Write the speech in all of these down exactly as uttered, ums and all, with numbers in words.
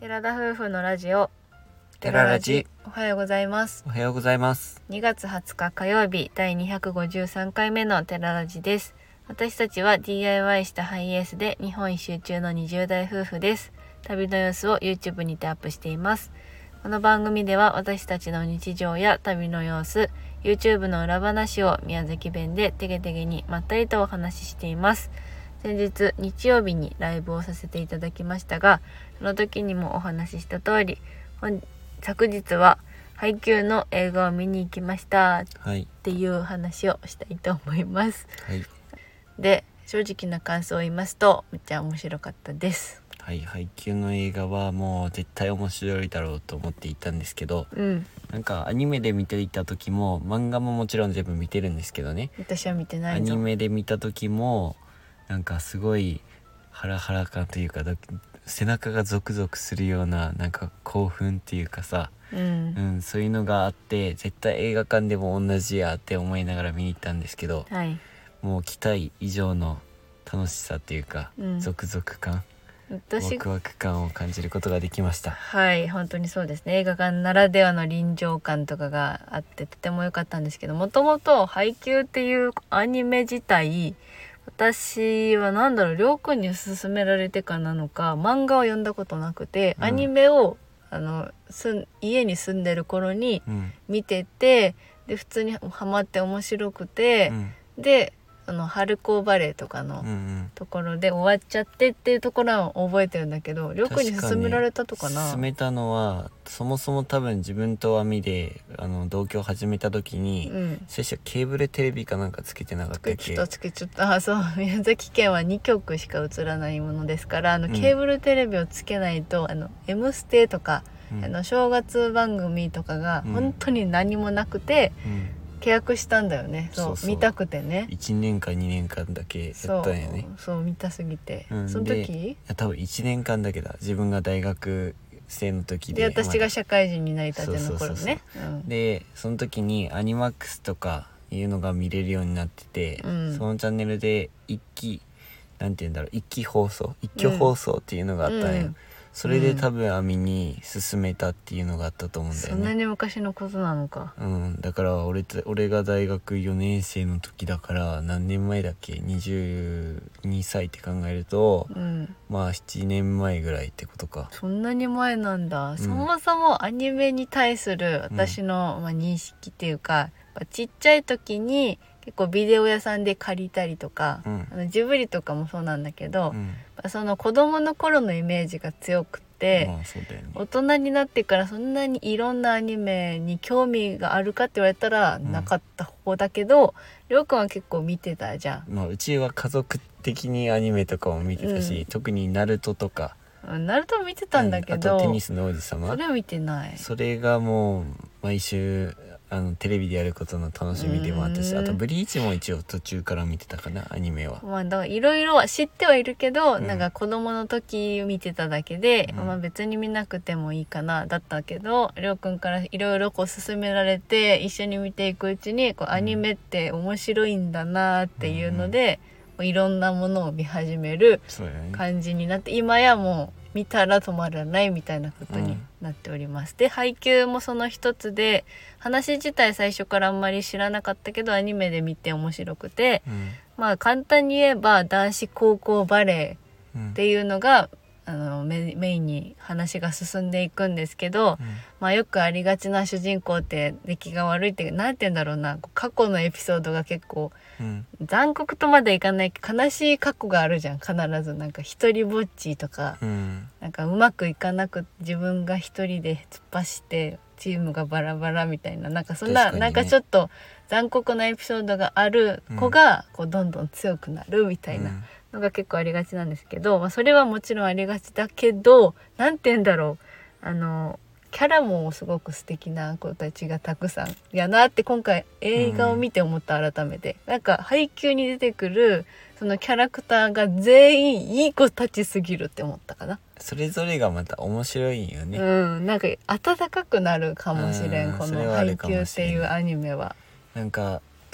寺田夫婦のラジオテララジ。 おはようございます。 おはようございます。 にがつはつか火曜日だいにひゃくごじゅうさんかいめのテララジです。私たちは ディーアイワイ したハイエースで日本一周中のにじゅうだい夫婦です。旅の様子を YouTube にてアップしています。この番組では私たちの日常や旅の様子、YouTube の裏話を宮崎弁でてげてげにまったりとお話ししています。先日日曜日にライブをさせていただきましたが、その時にもお話しした通り、本昨日は配給の映画を見に行きましたっていう話をしたいと思います、 はい、 で正直な感想を言いますとめっちゃ面白かったです。 はい、配給の映画はもう絶対面白いだろうと思っていたんですけど、 うん、 なんかアニメで見ていた時も漫画ももちろん全部見てるんですけどね、 私は見てないぞ。 アニメで見た時もなんかすごいハラハラ感というか背中がゾクゾクするようななんか興奮っていうかさ、 うんうん、そういうのがあって絶対映画館でも同じやって思いながら見に行ったんですけど、 はい、 もう期待以上の楽しさっていうか、 うん、 ゾクゾク感、 私ワクワク感を感じることができました。 はい本当にそうですね。映画館ならではの臨場感とかがあってとても良かったんですけど、もともと配給っていうアニメ自体私はなんだろう、りょうくんに勧められてからなのか漫画を読んだことなくて、うん、アニメをあのす家に住んでる頃に見てて、うん、で普通にハマって面白くて、うん、であの春高バレーとかのところで終わっちゃってっていうところは覚えてるんだけど、りょうくんに勧められたとかな。 勧めたのはそもそも多分自分とアミであの同居を始めた時に、うん、最初ケーブルテレビかなんかつけてなかったっけ。 つけちゃったつけちゃった。あ、そう宮崎県はにきょくしか映らないものですから、あの、うん、ケーブルテレビをつけないとあの M ステとか、うん、あの正月番組とかが本当に何もなくて、うんうん契約したんだよね。そう、そうそう見たくてね。 いちねんかんにねんかんだけやったんやね。 そう、そう見たすぎて、 うん、 その時いや多分いちねんかんだけだ。自分が大学生の時で、 で私が社会人になりたての頃ね。 でその時にアニマックスとかいうのが見れるようになってて、うん、そのチャンネルで一期なんて言うんだろう一期放送一挙放送っていうのがあったんよ、うんうんそれで多分アミに勧めたっていうのがあったと思うんだよね。 そんなに昔のことなのか。 うん、だから俺俺が大学よねん生の時だから何年前だっけにじゅうにさいって考えると、うん、まあななねんまえぐらいってことか。 そんなに前なんだ、うん、そもそもアニメに対する私の、うんまあ、認識っていうかちっちゃい時に結構ビデオ屋さんで借りたりとか、うん、あのジブリとかもそうなんだけど、うん、その子供の頃のイメージが強くて、 まあそうだよね、 大人になってからそんなにいろんなアニメに興味があるかって言われたらなかった方だけど、りょうくんは結構見てたじゃん。 まあうちは家族的にアニメとかも見てたし、うん、特にナルトとかナルト見てたんだけど、 あとテニスの王子様それは見てない。 それがもう毎週あのテレビでやることの楽しみでもあったし、あとブリーチも一応途中から見てたかなアニメは。 まあだからいろいろは知ってはいるけど、うん、なんか子供の時見てただけで、うんまあ、別に見なくてもいいかなだったけど、りょうくんからいろいろこう勧められて一緒に見ていくうちにこうアニメって面白いんだなっていうので、うん、いろんなものを見始める感じになって、今やもう見たら止まらないみたいなことになっております、うん、で配給もその一つで、話自体最初からあんまり知らなかったけどアニメで見て面白くて、うん、まあ簡単に言えば男子高校バレーっていうのが、うん、あの メ, メインに話が進んでいくんですけど、うん、まあよくありがちな主人公って出来が悪いってなんて言うんだろうな、過去のエピソードが結構、うん、残酷とまでいかないけど悲しい過去があるじゃん。必ずなんか一人ぼっちとか、うん、なんかうまくいかなく自分が一人で突っ走ってチームがバラバラみたいな、なんかそんな、ね、なんかちょっと残酷なエピソードがある子がこうどんどん強くなるみたいなのが結構ありがちなんですけど、まあ、それはもちろんありがちだけど、なんて言うんだろう、あのキャラもすごく素敵な子たちがたくさんやなって今回映画を見て思った改めて、うん、なんか配給に出てくるそのキャラクターが全員いい子たちすぎるって思ったかな。 それぞれがまた面白いよね。 うん、なんか温かくなるかもしれん、この配給っていうアニメは。 なんか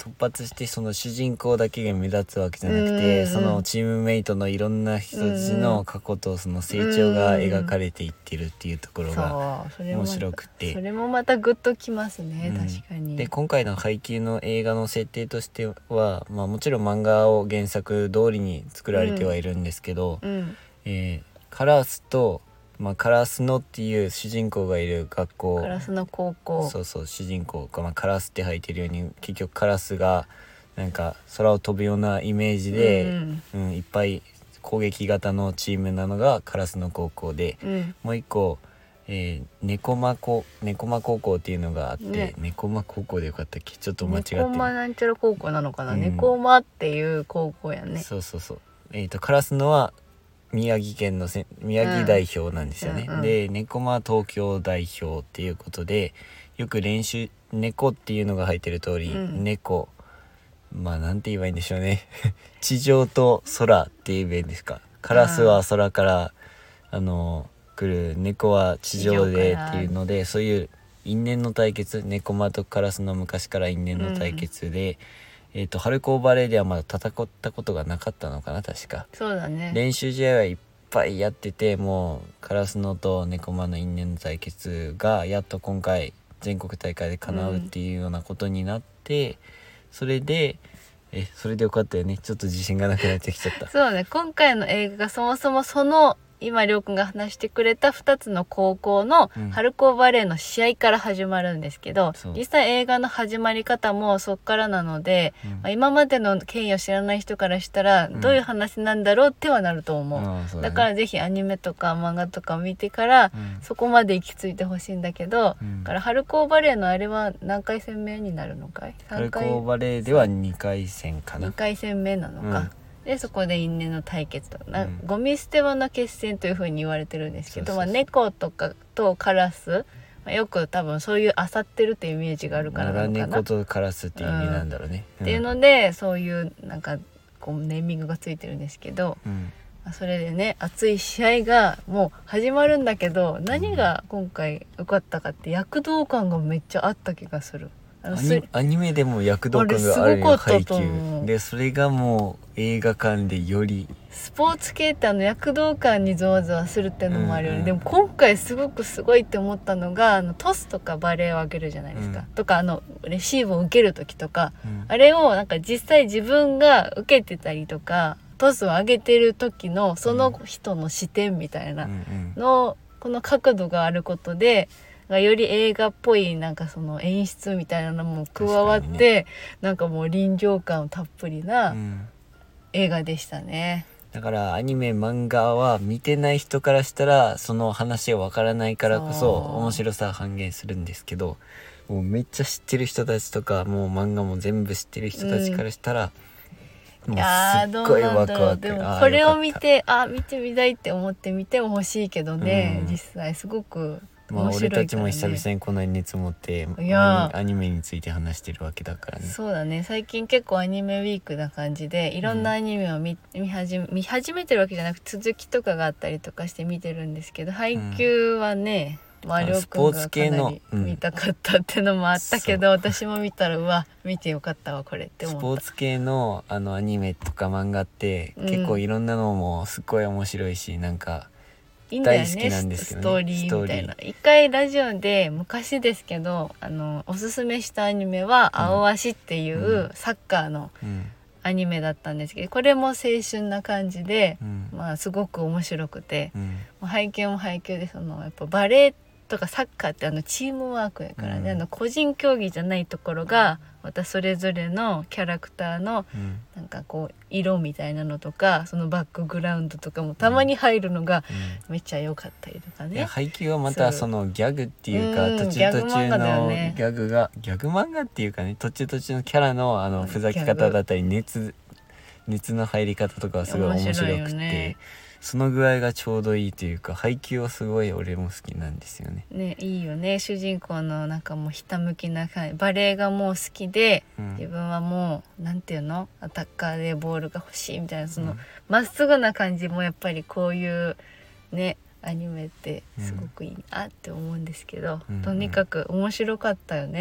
突発してその主人公だけが目立つわけじゃなくて、 うん、 そのチームメイトのいろんな人たちの過去とその成長が描かれていってるっていうところが面白くて、 それもまたグッときますね、 うん、 確かに。 で今回の配給の映画の設定としては、まあ、もちろん漫画を原作通りに作られてはいるんですけど、 うん、 えー、カラスと、まあ、カラスノっていう主人公がいる学校、 カラスの高校、 そうそう主人公が、まあ、カラスって入ってるように結局カラスがなんか空を飛ぶようなイメージで、 うんうん、いっぱい攻撃型のチームなのがカラスの高校で、 うん、 もう一個、えー、猫間高猫間高校っていうのがあって、 ね、 猫間高校でよかったっけ、ちょっと間違ってる、 猫間なんちゃら高校なのかな、 うん、 猫間っていう高校やね。 そうそうそう、えーとカラスのは宮城県のせ宮城代表なんですよね、 うんうんうん、 で猫間東京代表っていうことでよく練習猫っていうのが入ってる通り、うん、猫まあなんて言えばいいんでしょうね地上と空って言えばいいんですか。カラスは空からあの来る、猫は地上でっていうので、そういう因縁の対決、猫間とカラスの昔から因縁の対決で、うんえーと、春高バレーではまだ戦ったことがなかったのかな確か。 そうだね。 練習試合はいっぱいやってて、もうカラスノと猫間の因縁の対決がやっと今回全国大会で叶うっていうようなことになって、うん、それでえそれでよかったよね。ちょっと自信がなくなってきちゃったそうね、今回の映画がそもそもその今りょうくんが話してくれたふたつの高校の春高バレーの試合から始まるんですけど、うん、実際映画の始まり方もそっからなので、うんまあ、今までの経緯を知らない人からしたらどういう話なんだろうってはなると思う、うん、だからぜひアニメとか漫画とかを見てから、うん、そこまで行き着いてほしいんだけど、うん、だから春高バレーのあれは何回戦目になるのかい？ 春高バレーではにかい戦かな。 にかい戦目なのか、うんでそこで因縁の対決とな、うん、ゴミ捨て場の決戦という風に言われてるんですけど、まあ、猫とかとカラス、まあ、よく多分そういう漁ってるっていうイメージがあるからなのかな。 猫とカラスっていう意味なんだろうね、 うん、っていうのでそういうなんかこうネーミングがついてるんですけど、うんまあ、それでね熱い試合がもう始まるんだけど、何が今回良かったかって躍動感がめっちゃあった気がする。 ア ニ, アニメでも躍動感があるよ配給で、それがもう映画館でよりスポーツ系ってあの躍動感にゾワゾワするっていうのもあるよね、うんうん、でも今回すごくすごいって思ったのがあのトスとかバレーを上げるじゃないですか、うん、とかあのレシーブを受ける時とか、うん、あれをなんか実際自分が受けてたりとかトスを上げてる時のその人の視点みたいなの、うん、この角度があることでより映画っぽいなんかその演出みたいなのも加わって、ね、なんかもう臨場感たっぷりな映画でしたね、 うん、だからアニメ漫画は見てない人からしたらその話がわからないからこそ面白さ半減するんですけど、もうめっちゃ知ってる人たちとかもう漫画も全部知ってる人たちからしたら、うん、もうすっごいワクワク。 でもこれを見てあ見てみたいって思って見ても欲しいけどね、うん、実際すごくまあ、俺たちも久々にこんなに熱持っていやアニメについて話してるわけだからね。 そうだね、最近結構アニメウィークな感じでいろんなアニメを 見,、うん、見, 始め見始めてるわけじゃなくて続きとかがあったりとかして見てるんですけど、配給はね、うん、まありょうくんがかなり見たかったってのもあったけど、うん、私も見たらうわ見てよかったわこれって思った。 スポーツ系のあのアニメとか漫画って結構いろんなのもすっごい面白いし、うん、なんかいいんだよね、大好きなんですけどね、ストーリーみたいな。一回ラジオで昔ですけどあのおすすめしたアニメは「青足」っていうサッカーのアニメだったんですけど、これも青春な感じで、うん、まあすごく面白くて、うん、配給も配給でそのやっぱバレーとかサッカーってあのチームワークやからね、うん、あの個人競技じゃないところがまたそれぞれのキャラクターのなんかこう色みたいなのとかそのバックグラウンドとかもたまに入るのがめっちゃ良かったりとかね、うん、いや配給はまたそのギャグっていうか、うん、途中途中のギャグがギャグ漫画っていうかね、途中途中のキャラのあのふざけ方だったり熱熱の入り方とかはすごい面白くて、ね、その具合がちょうどいいというか、配給はすごい俺も好きなんですよね。 ね、いいよね。主人公のなんかもうひたむきな感じ、バレーがもう好きで、うん、自分はもうなんていうのアタッカーでボールが欲しいみたいなそのま、うん、っすぐな感じもやっぱりこういうねアニメってすごくいいなって思うんですけど、うん、とにかく面白かったよね。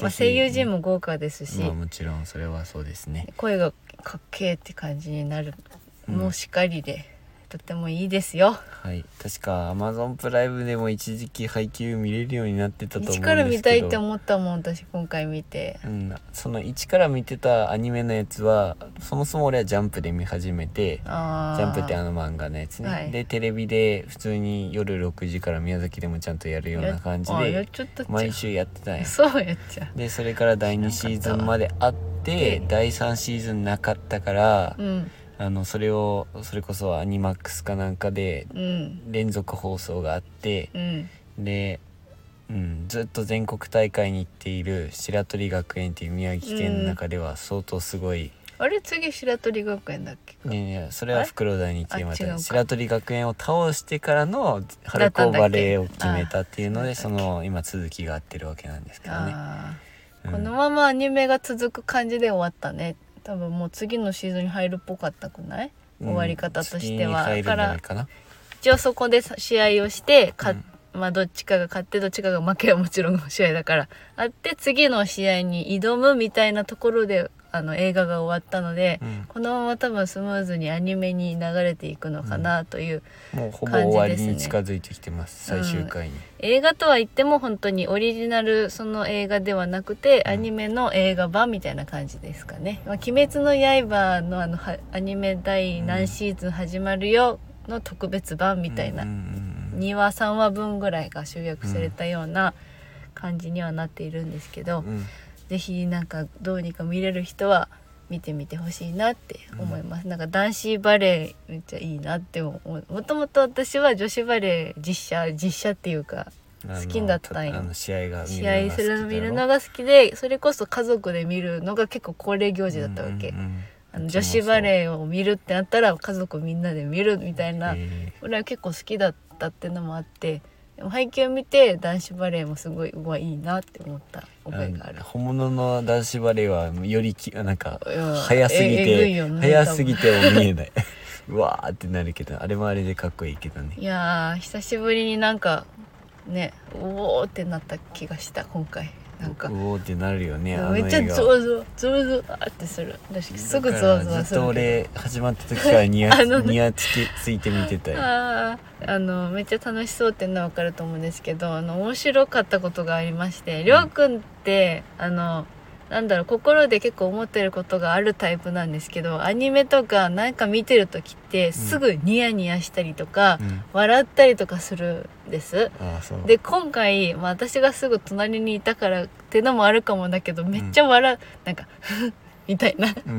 まあ、声優陣も豪華ですし、 まあ、もちろんそれはそうですね。 声がかっけーって感じになる、 うん、 もうしっかりでとってもいいですよ。 はい、確か Amazon プライムでも一時期配給見れるようになってたと思うんですけど、 一から見たいって思ったもん私今回見て、 うん、その一から見てたアニメのやつはそもそも俺はジャンプで見始めて、 あジャンプってあの漫画のやつね、はい、でテレビで普通に夜ろくじから宮崎でもちゃんとやるような感じで毎週やってたんや。 そうやっちゃでそれからだいにシーズンまであってだいさんシーズンなかったから、うん、あのそれをそれこそアニマックスかなんかで連続放送があって、うん、で、うん、ずっと全国大会に行っている白鳥学園っていう宮城県の中では相当すごい、 うん、あれ次白鳥学園だっけか。 いやいやそれは袋田に決まった白鳥学園を倒してからの春高バレーを決めたっていうのでその今続きがあってるわけなんですけどね、 うん、このままアニメが続く感じで終わったね。多分もう次のシーズンに入るっぽかったくない、うん、終わり方としては。だから一応そこで試合をしてか、うん、まあどっちかが勝ってどっちかが負けはもちろん試合だからあって次の試合に挑むみたいなところであの映画が終わったので、うん、このまま多分スムーズにアニメに流れていくのかなという感じですね、うん、もうほぼ終わりに近づいてきてます、最終回に、うん、 映画とは言っても本当にオリジナルその映画ではなくて、うん、アニメの映画版みたいな感じですかね、まあ、鬼滅の刃のあのアニメ第何シーズン始まるよの特別版みたいな、うん、にわさんわぶんぐらいが集約されたような感じにはなっているんですけど、うんぜひなんかどうにか見れる人は見てみてほしいなって思います、うん、なんか男子バレーめっちゃいいなって思う。もともと私は女子バレー実写実写っていうか好きだったんよ。 あの試合が試合する見るのが好きでそれこそ家族で見るのが結構恒例行事だったわけ、うんうんうん、あの女子バレーを見るってなったら家族みんなで見るみたいなぐらい結構好きだったっていうのもあって配球を見て男子バレーもすごいうわいいなって思った覚えがある。 本物の男子バレーはよりきなんか早すぎて、ね、早すぎても見えないうわーってなるけどあれもあれでかっこいいけどね。 いやー久しぶりになんかねうおーってなった気がした今回。なんかうおーってなるよね。 めっちゃゾワゾワゾワゾワってする。私すぐゾワゾワするけど。 ずっと俺始まった時からニヤニヤつきついて見てたよ。 ああのめっちゃ楽しそうっていうのは分かると思うんですけどあの面白かったことがありましてりょうくんってあのなんだろう心で結構思ってることがあるタイプなんですけどアニメとかなんか見てる時ってすぐニヤニヤしたりとか、うん、笑ったりとかするんです。 あそうで今回、まあ、私がすぐ隣にいたからってのもあるかもだけどめっちゃ笑う、うん、なんかみたいな、うん、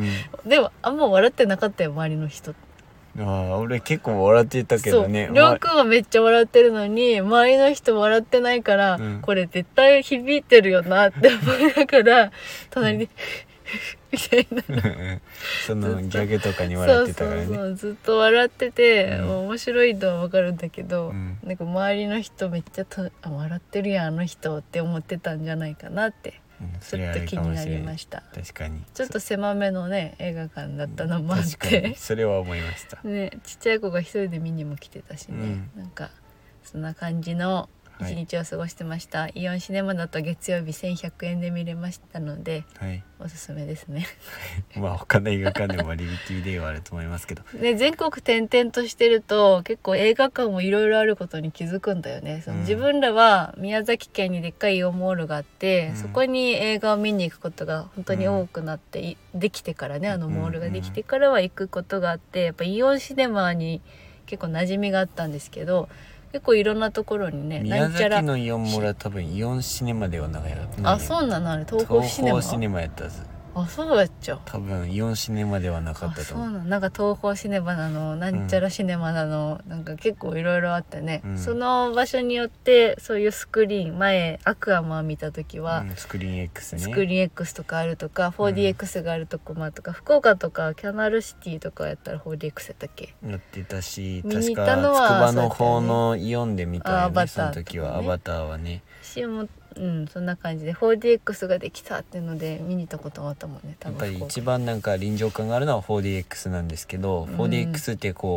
でもあんま笑ってなかったよ周りの人。 あ俺結構笑ってたけどね。 りょうくんはめっちゃ笑ってるのに周りの人笑ってないから、うん、これ絶対響いてるよなって思いながら隣で、うん、みたいなそのギャグとかに笑ってたからね。 そうそうそうずっと笑ってて、うん、面白いとは分かるんだけど、うん、なんか周りの人めっちゃとあ笑ってるやんあの人って思ってたんじゃないかなってちょっと気になりました。 確かにちょっと狭めのね映画館だったのもあって確かにそれは思いましたねちっちゃい子が一人で見にも来てたしね、うん、なんかそんな感じの一日を過ごしてました、はい、イオンシネマだと月曜日せんひゃくえんで見れましたので、はい、おすすめですねまあ他の映画館でも割引ではあると思いますけど、 ね、全国転々としてると結構映画館もいろいろあることに気づくんだよね。その自分らは宮崎県にでっかいイオンモールがあって、うん、そこに映画を見に行くことが本当に多くなって、うん、できてからねあのモールができてからは行くことがあってやっぱイオンシネマに結構馴染みがあったんですけど結構いろんなところにね宮崎のイオンモールは多分イオンシネマではなかった、 ね、あそうなのあれ東宝シネマ東宝シネマやったはず。 あそうやっちゃう多分イオンシネマではなかったと思う。 あそうなんなんか東宝シネマなのなんちゃらシネマなの、うん、なんか結構いろいろあってね、うん、その場所によってそういうスクリーン前アクアマン見た時は、 うん、スクリーン X ねスクリーン X とかあるとか フォーディーエックス があるとこもあるとか、うん、福岡とかキャナルシティとかやったら フォーディーエックス やったっけやってたし確か筑波の方のイオンで見たよねその時はアバターはね私もうんそんな感じで フォーディーエックス ができたっていうので見に行ったこともあったもんね。多分やっぱり一番なんか臨場感があるのは フォーディーエックス なんですけど、うん、フォーディーエックス ってこう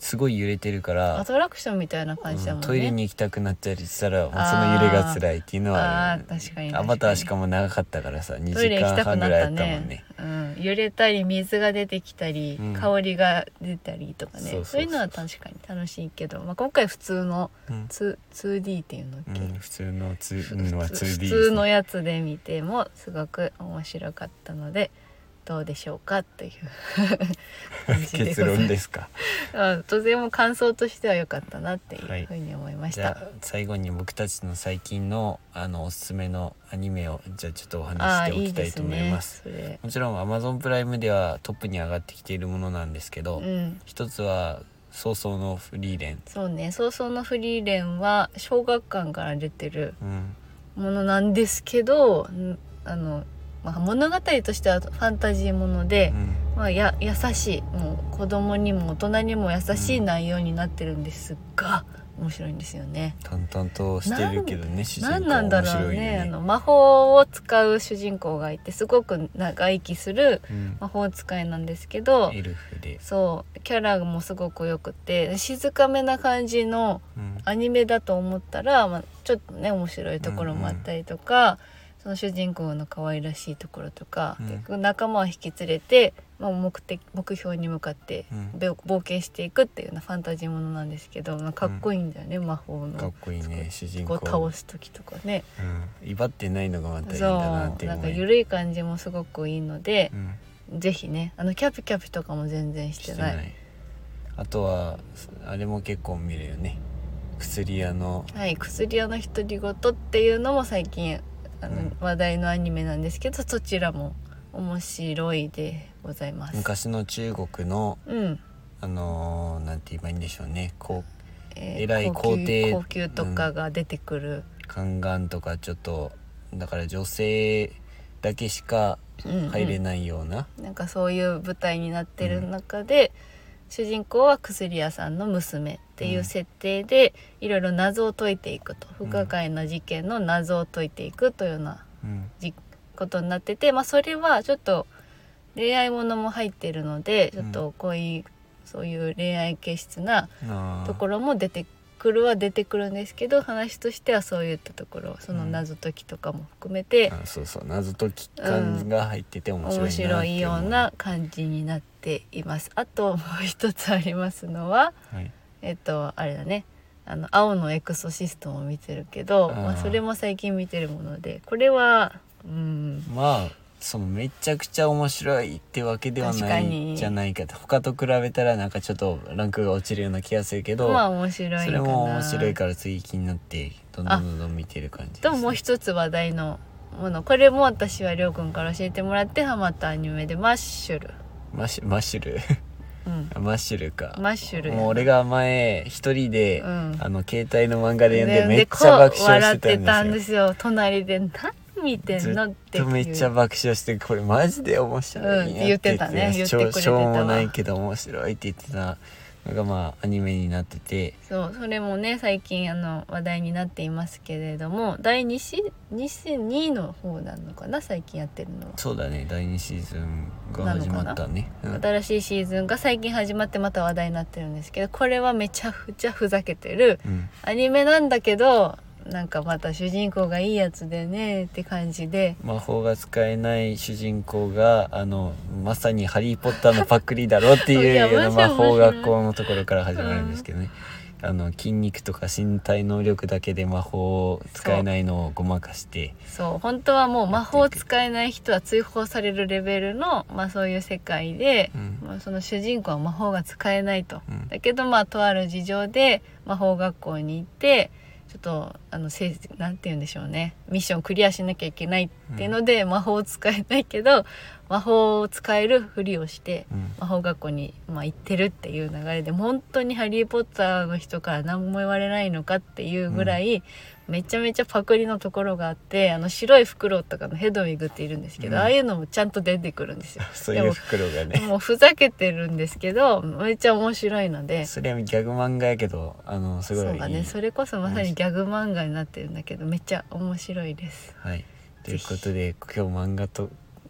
すごい揺れてるからアトラクションみたいな感じだもんね、 うん、トイレに行きたくなったりしたらもうその揺れが辛いっていうのはある、ね、 あー確かに確かに。 アバターしかも長かったからさにじトイレ行きたかんはんぐらいやったもんね。 うん、揺れたり水が出てきたり、 うん、 香りが出たりとかね、 そうそうそう、 そういうのは確かに楽しいけど、まあ、今回普通の ツー,、 うん、 ツーディー っていうのっけ、 うん、普通のツー、うん、は ツーディー ですね、 普通のやつで見てもすごく面白かったのでどうでしょうかという感じで結論ですか。 とても感想としては良かったなっていうふうに思いました、 はい、じゃあ最後に僕たちの最近のあのおすすめのアニメをじゃあちょっとお話しておきたいと思います。 いいですね、 もちろん Amazon プライムではトップに上がってきているものなんですけど、うん、一つは早々のフリーレン。 そうね、早々のフリーレンは小学館から出てるものなんですけど、うん、あのまあ、物語としてはファンタジーもので、うん、まあ、や優しい、もう子供にも大人にも優しい内容になってるんですが、うん、面白いんですよね。 淡々としてるけどね、主人公は面白いよね。 何なんだろうね、あの魔法を使う主人公がいてすごく長生きする魔法使いなんですけど、 うん、エルフでそうキャラもすごくよくて静かめな感じのアニメだと思ったら、まあ、ちょっとね面白いところもあったりとか、うんうん、その主人公の可愛らしいところとか、うん、仲間を引き連れて、まあ、目的目標に向かって、うん、冒険していくっていうようなファンタジーものなんですけど、まあ、かっこいいんだよね、うん、魔法のかっこいいね、主人公を倒す時とかね、 うん、威張ってないのがまたいいんだなっていう。 そうなんか緩い感じもすごくいいので、うん、ぜひね、あのキャピキャピとかも全然してない。 してない。あとはあれも結構見るよね、薬屋のはい薬屋の独り言っていうのも最近あの、うん、話題のアニメなんですけど、そちらも面白いでございます。 昔の中国の、うん、あのー、なんて言えばいいんでしょうね、こう、えー、偉い皇帝高級とかが出てくる、 うん、宦官とかちょっとだから女性だけしか入れないような、 うんうん、なんかそういう舞台になってる中で、うん、主人公は薬屋さんの娘っていう設定で、うん、いろいろ謎を解いていくと、不可解な事件の謎を解いていくというような、うん、ことになってて、まあ、それはちょっと恋愛ものも入っているので、ちょっとこういう、うん、そういう恋愛気質なところも出てくるは出てくるんですけど、話としてはそういったところ、その謎解きとかも含めて、 うん、あそうそう謎解き感が入ってて面白いなって思う、 面白いような感じになっています。あともう一つありますのは、はい、えっとあれだね、あの青のエクソシストも見てるけど、あ、まあ、それも最近見てるもので、これは、うん、 まあそのめちゃくちゃ面白いってわけではないじゃないかと、他と比べたらなんかちょっとランクが落ちるような気がするけど、 まあ面白いかな、 それも面白いから次気になってどんどんどんどん見てる感じです、ね、 ともう一つ話題のもの、これも私はりょうくんから教えてもらってハマったアニメで、マッシュルマッシュマッシュルうん、マッシュルか。 マッシュルもう俺が前一人で、うん、あの携帯の漫画で読んでめっちゃ爆笑してたんですよ。 笑ってたんですよ。隣で何見てんのってずっとめっちゃ爆笑して、これマジで面白いんやって言ってたね。 言ってくれてたわ。 しょうもないけど面白いって言ってたのがまあアニメになってて、 そうそれもね最近あの話題になっていますけれども、だいにシにの方なのかな、最近やってるのは。 そうだね、だいにシーズンが始まったね、 うん、新しいシーズンが最近始まってまた話題になってるんですけど、これはめちゃくちゃふざけてるアニメなんだけど、うん、なんかまた主人公がいいやつでねって感じで、 魔法が使えない主人公があのまさにハリーポッターのパクリだろっていうような魔法学校のところから始まるんですけどね、うん、あの筋肉とか身体能力だけで魔法を使えないのをごまかして、 そう本当はもう魔法使えない人は追放されるレベルの、まあ、そういう世界で、うんまあ、その主人公は魔法が使えないと、うん、だけどまあとある事情で魔法学校に行ってちょっとあのせなんて言うんでしょうね、ミッションクリアしなきゃいけないっていうので、うん、魔法を使えないけど魔法を使えるふりをして、うん、魔法学校に、まあ、行ってるっていう流れで、本当にハリーポッターの人から何も言われないのかっていうぐらい、うん、めちゃめちゃパクリのところがあって、あの白いフクロウとかのヘドウィグっているんですけど、うん、ああいうのもちゃんと出てくるんですよ。 そういうフクロウがね、 もうふざけてるんですけどめっちゃ面白いので、 それはギャグ漫画やけどあのすごいいい、 そうだね、それこそまさにギャグ漫画になってるんだけどめっちゃ面白いです。 はい、ということで今日漫画と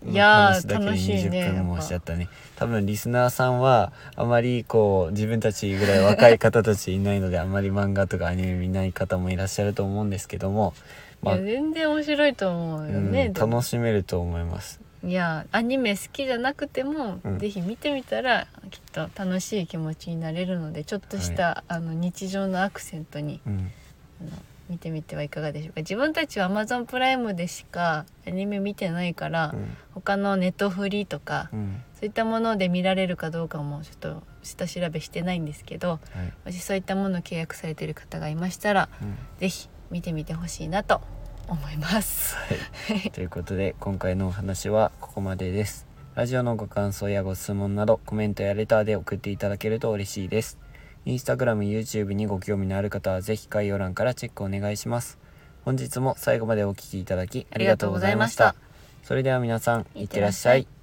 いやー話だけで楽しいねにじゅっぷんもしちゃったね。多分リスナーさんはあまりこう自分たちぐらい若い方たちいないのであまり漫画とかアニメ見ない方もいらっしゃると思うんですけども、まあ、 いや全然面白いと思うよね、 うん、 でも楽しめると思います。 いやアニメ好きじゃなくても、 うんぜひ見てみたらきっと楽しい気持ちになれるのでちょっとした、はい、あの日常のアクセントに、うん、あの見てみてはいかがでしょうか。自分たちは Amazon プライムでしかアニメ見てないから、うん、他のネットフリとか、うん、そういったもので見られるかどうかもちょっと下調べしてないんですけど、はい、もしそういったものを契約されている方がいましたら、うん、ぜひ見てみてほしいなと思います、 はい、ということで今回のお話はここまでです。ラジオのご感想やご質問などコメントやレターで送っていただけると嬉しいです。インスタグラム、YouTube にご興味のある方はぜひ概要欄からチェックお願いします。本日も最後までお聞きいただきありがとうございました。それでは皆さんいってらっしゃい。